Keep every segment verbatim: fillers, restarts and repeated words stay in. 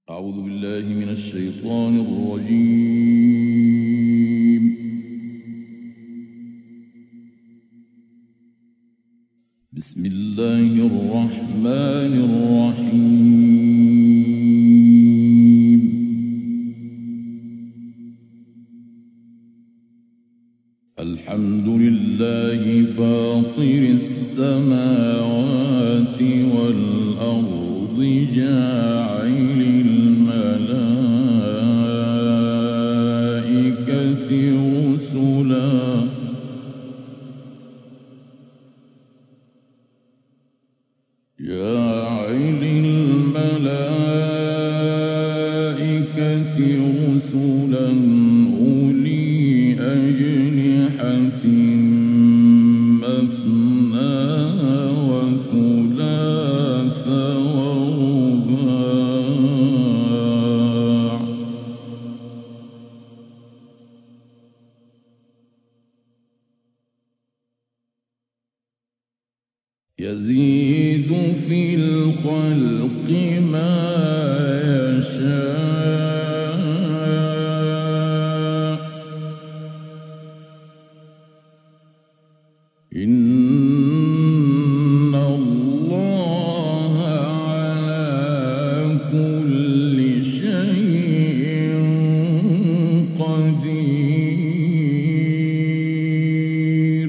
أعوذ بالله من الشيطان الرجيم. بسم الله الرحمن الرحيم. الحمد لله فاطر السماوات والأرض جاعل الملائكة رسلا جاعل الملائكة رسلا أولي أجنحة مثنى وثلاث ورباع يزيد في الخلق ما يشاء إن الله على كل شيء قدير.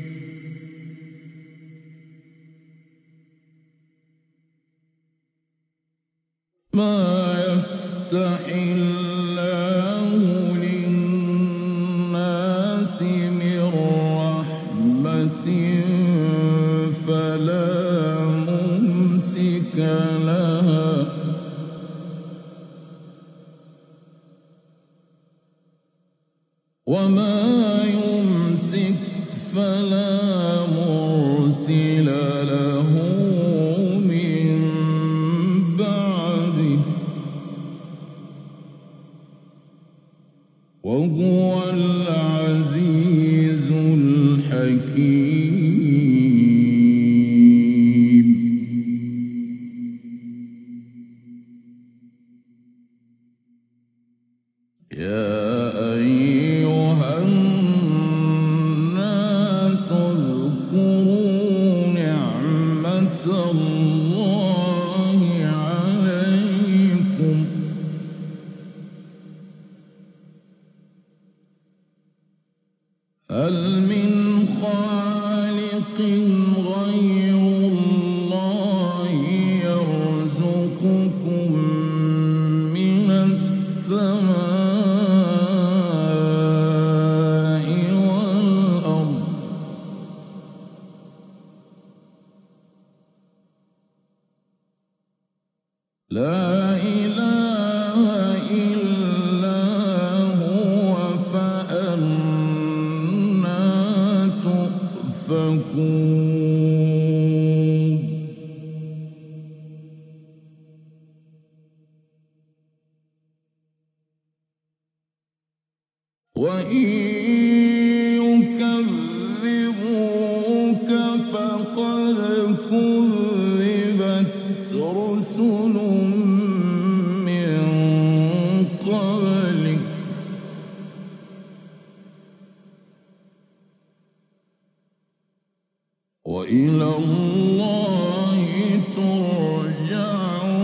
ما يفتح الله للناس من رحمة فلا ممسك لها وما يمسك فلا مرسل له من بعده وهو العزيز الحكيم. يا أيها الناس اذكروا نعمة الله عليكم هل من خالق غير الله يرزقكم من السماء والأرض لا إله إلا هو فأنا تؤفكون. وإن يكذبوك فقد كذبت رسل من قبلك وإلى الله ترجع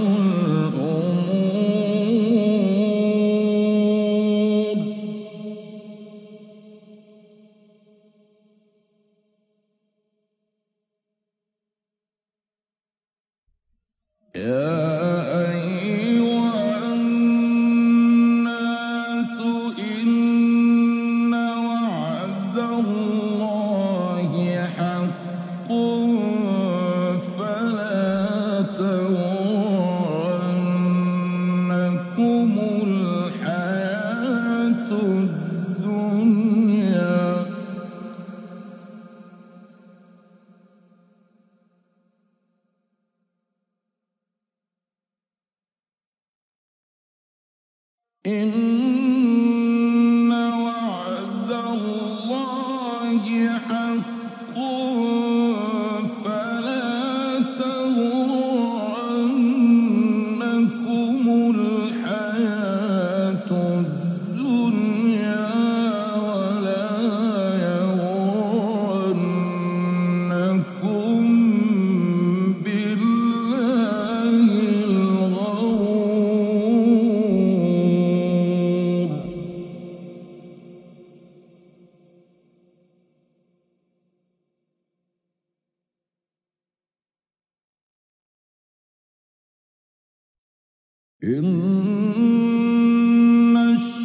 الأمور. يا أيها الناس إن وعد الله حق فلا تغرنكم الحياة الدنيا إن وعد الله حق فلا تغرنكم إن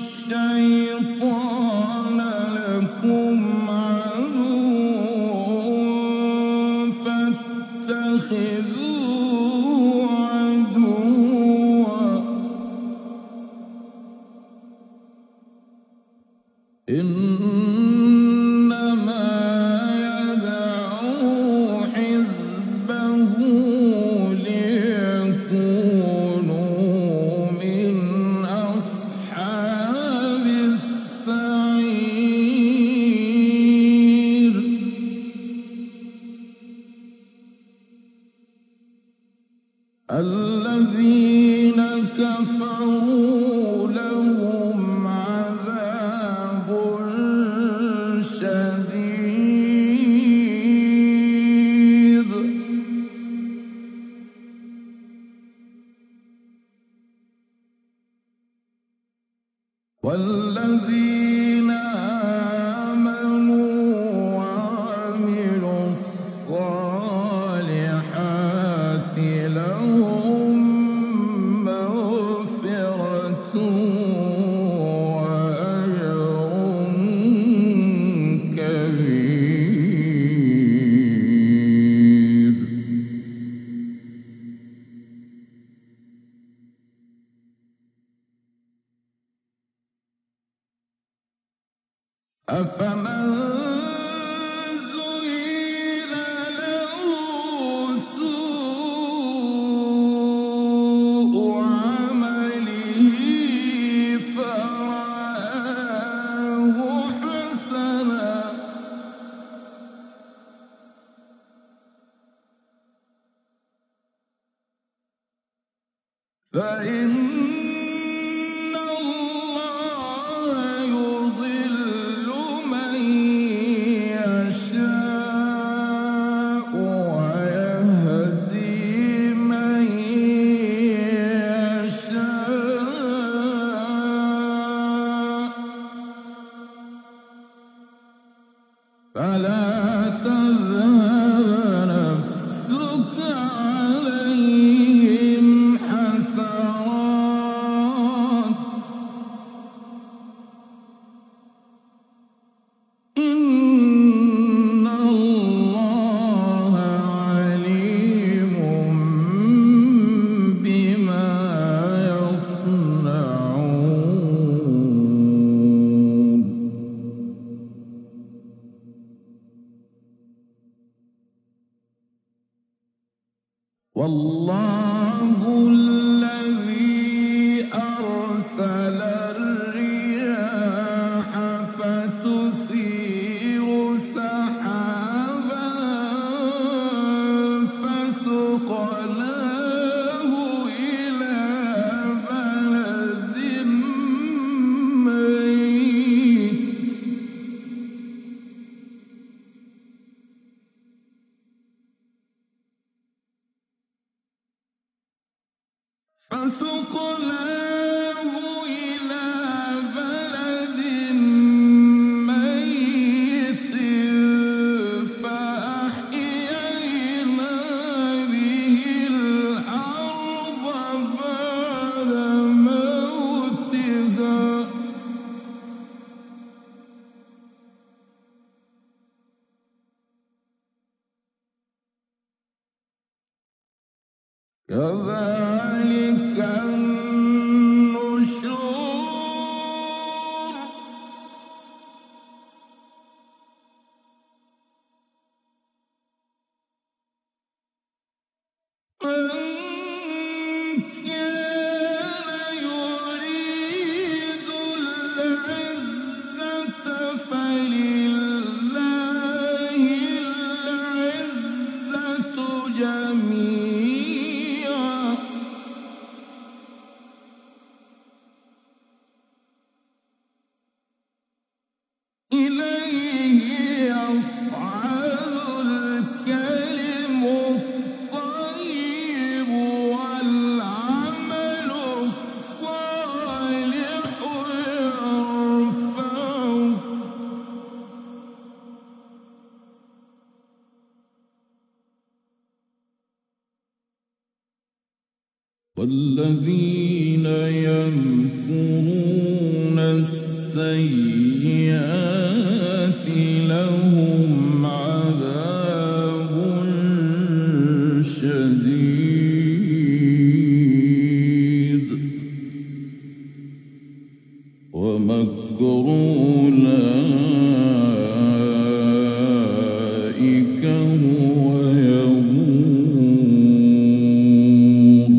الشيطان لكم عدو فاتخذوه عدوا إنما يدعو حزبه ليكونوا من أصحاب السعير الذين كفروا لهم عذاب شديد والذين آمنوا وعملوا الصالحات لهم مغفرة وأجر كبير أفمن زين له سوء عمله فرآه حسنا فإن الله يضل من يشاء ويهدي من يشاء فلا تذهب نفسك عليهم حسرات إن الله عليم بما يصنعون والله الذي أرسل الرياح فتثير سحابا فسقناه إلى بلد ميت فسقناه إلى بلد ميت فأحيينا به الأرض بعد موتها كذلك النشور من كان يريد العزة فلله العزة جميعا والذين يمكرون السيئات لهم عذاب شديد ومكر أولئك هو يبور.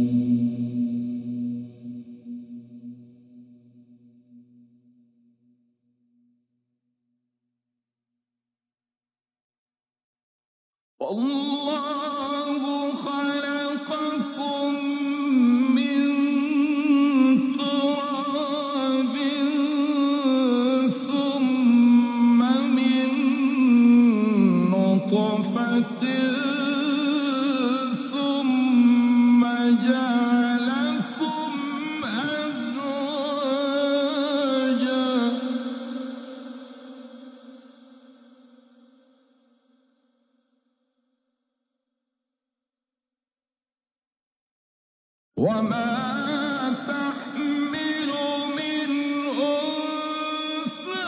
والله خلقكم من تراب ثم من نطفة ثم جعلكم أزواجا وما تحمل من أنثى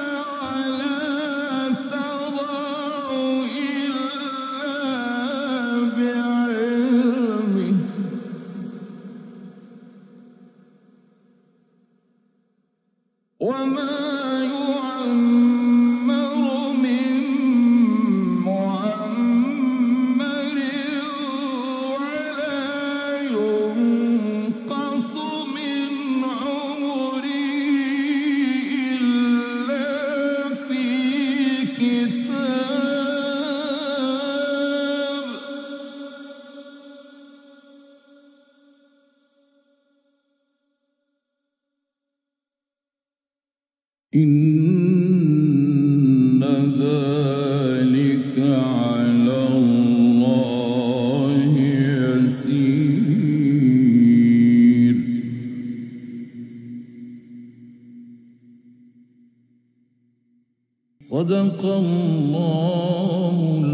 ولا تضع إلا بعلمه وما يعمر من معمر ولا ينقص من عمره إلا في كتاب إن ذلك على الله يسير. صدق الله